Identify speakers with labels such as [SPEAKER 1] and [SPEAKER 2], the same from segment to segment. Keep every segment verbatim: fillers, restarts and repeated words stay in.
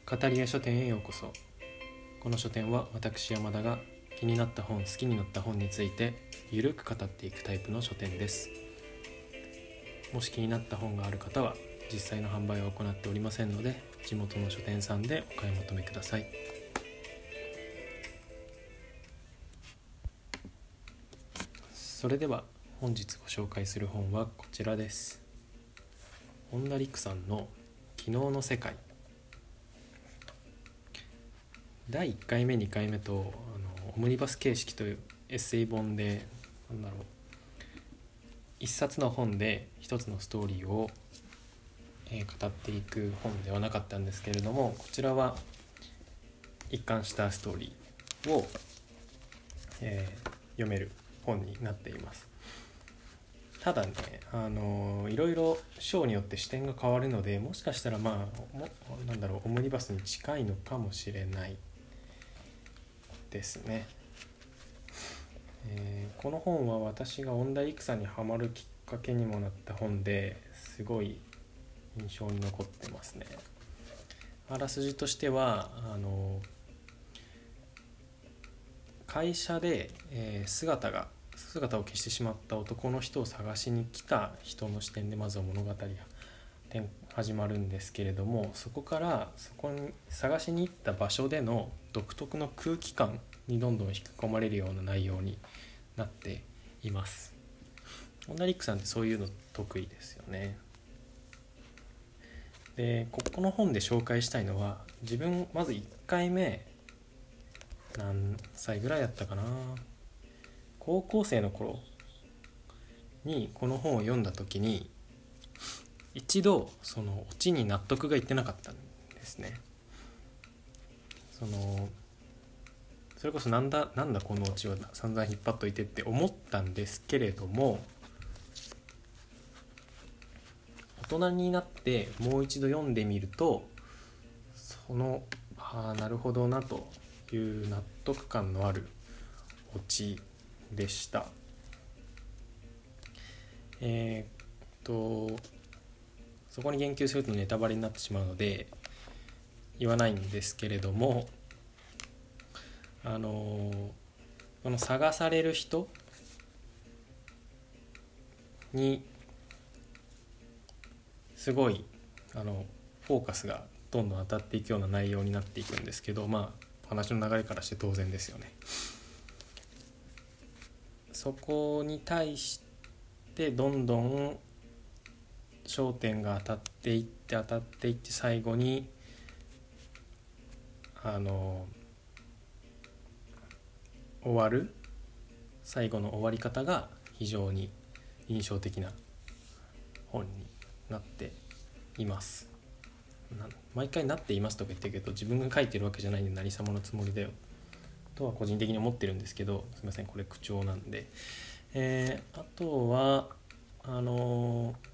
[SPEAKER 1] 語り屋書店へようこそ。この書店は私山田が気になった本、好きになった本についてゆるく語っていくタイプの書店です。もし気になった本がある方は実際の販売は行っておりませんので、地元の書店さんでお買い求めください。それでは本日ご紹介する本はこちらです。本田陸さんの昨日の世界。だいいっかいめにかいめとあのオムニバス形式というエッセイ本で、なんだろう、一冊の本で一つのストーリーを、えー、語っていく本ではなかったんですけれども、こちらは一貫したストーリーを、えー、読める本になっています。ただね、あのいろいろ章によって視点が変わるので、もしかしたらまあもなんだろうオムニバスに近いのかもしれないですね。えー、この本は私が恩田陸さんにハマるきっかけにもなった本ですごい印象に残ってますね。あらすじとしては、あの会社で、えー、姿が姿を消してしまった男の人を探しに来た人の視点でまずは物語が始まるんですけれども、そこからそこに探しに行った場所での独特の空気感にどんどん引き込まれるような内容になっています。恩田陸さんってそういうの得意ですよね。で、ここの本で紹介したいのは、自分まずいっかいめ何歳ぐらいだったかな、高校生の頃にこの本を読んだ時に一度そのオチに納得がいってなかったんですね。そのそれこそなんだなんだこのオチは散々引っ張っといてって思ったんですけれども、大人になってもう一度読んでみると、そのああなるほどなという納得感のあるオチでした。えー、っとそこに言及するとネタバレになってしまうので言わないんですけれども、あのこの探される人にすごいあのフォーカスがどんどん当たっていくような内容になっていくんですけど、まあ話の流れからして当然ですよね。そこに対してどんどん焦点が当たっていって当たっていって最後にあの終わる最後の終わり方が非常に印象的な本になっています。な毎回なっていますとか言ってるけど、自分が書いてるわけじゃないんで何様のつもりだよとは個人的に思ってるんですけど、すみません、これ口調なんで。えー、あとはあのー、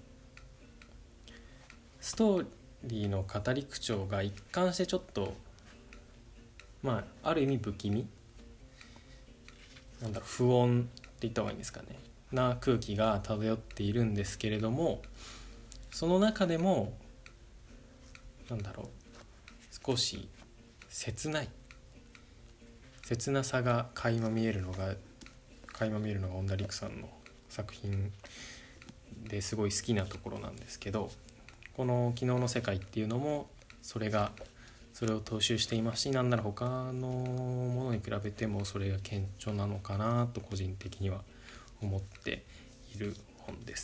[SPEAKER 1] ストーリーの語り口調が一貫してちょっとまあある意味不気味、なんだろう、不穏って言った方がいいんですかね、な空気が漂っているんですけれども、その中でもなんだろう、少し切ない切なさが垣間見えるのが垣間見えるのが恩田陸さんの作品ですごい好きなところなんですけど、この昨日の世界っていうのもそれがそれを踏襲していますし、なんなら他のものに比べてもそれが顕著なのかなと個人的には思っている本です。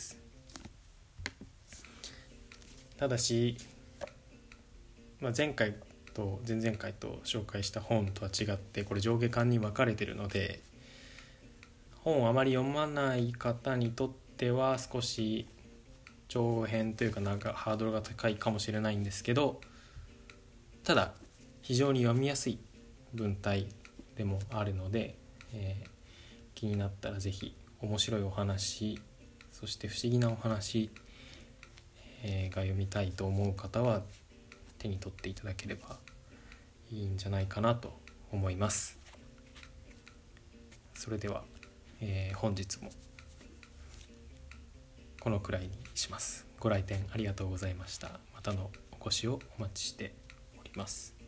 [SPEAKER 1] ただし、まあ、前回と前々回と紹介した本とは違って、これ上下巻に分かれているので、本をあまり読まない方にとっては少し長編というかなんかハードルが高いかもしれないんですけど、ただ非常に読みやすい文体でもあるので、えー、気になったらぜひ面白いお話、そして不思議なお話、えー、が読みたいと思う方は手に取っていただければいいんじゃないかなと思います。それでは、えー、本日もこのくらいにします。ご来店ありがとうございました。またのお越しをお待ちしております。 ます。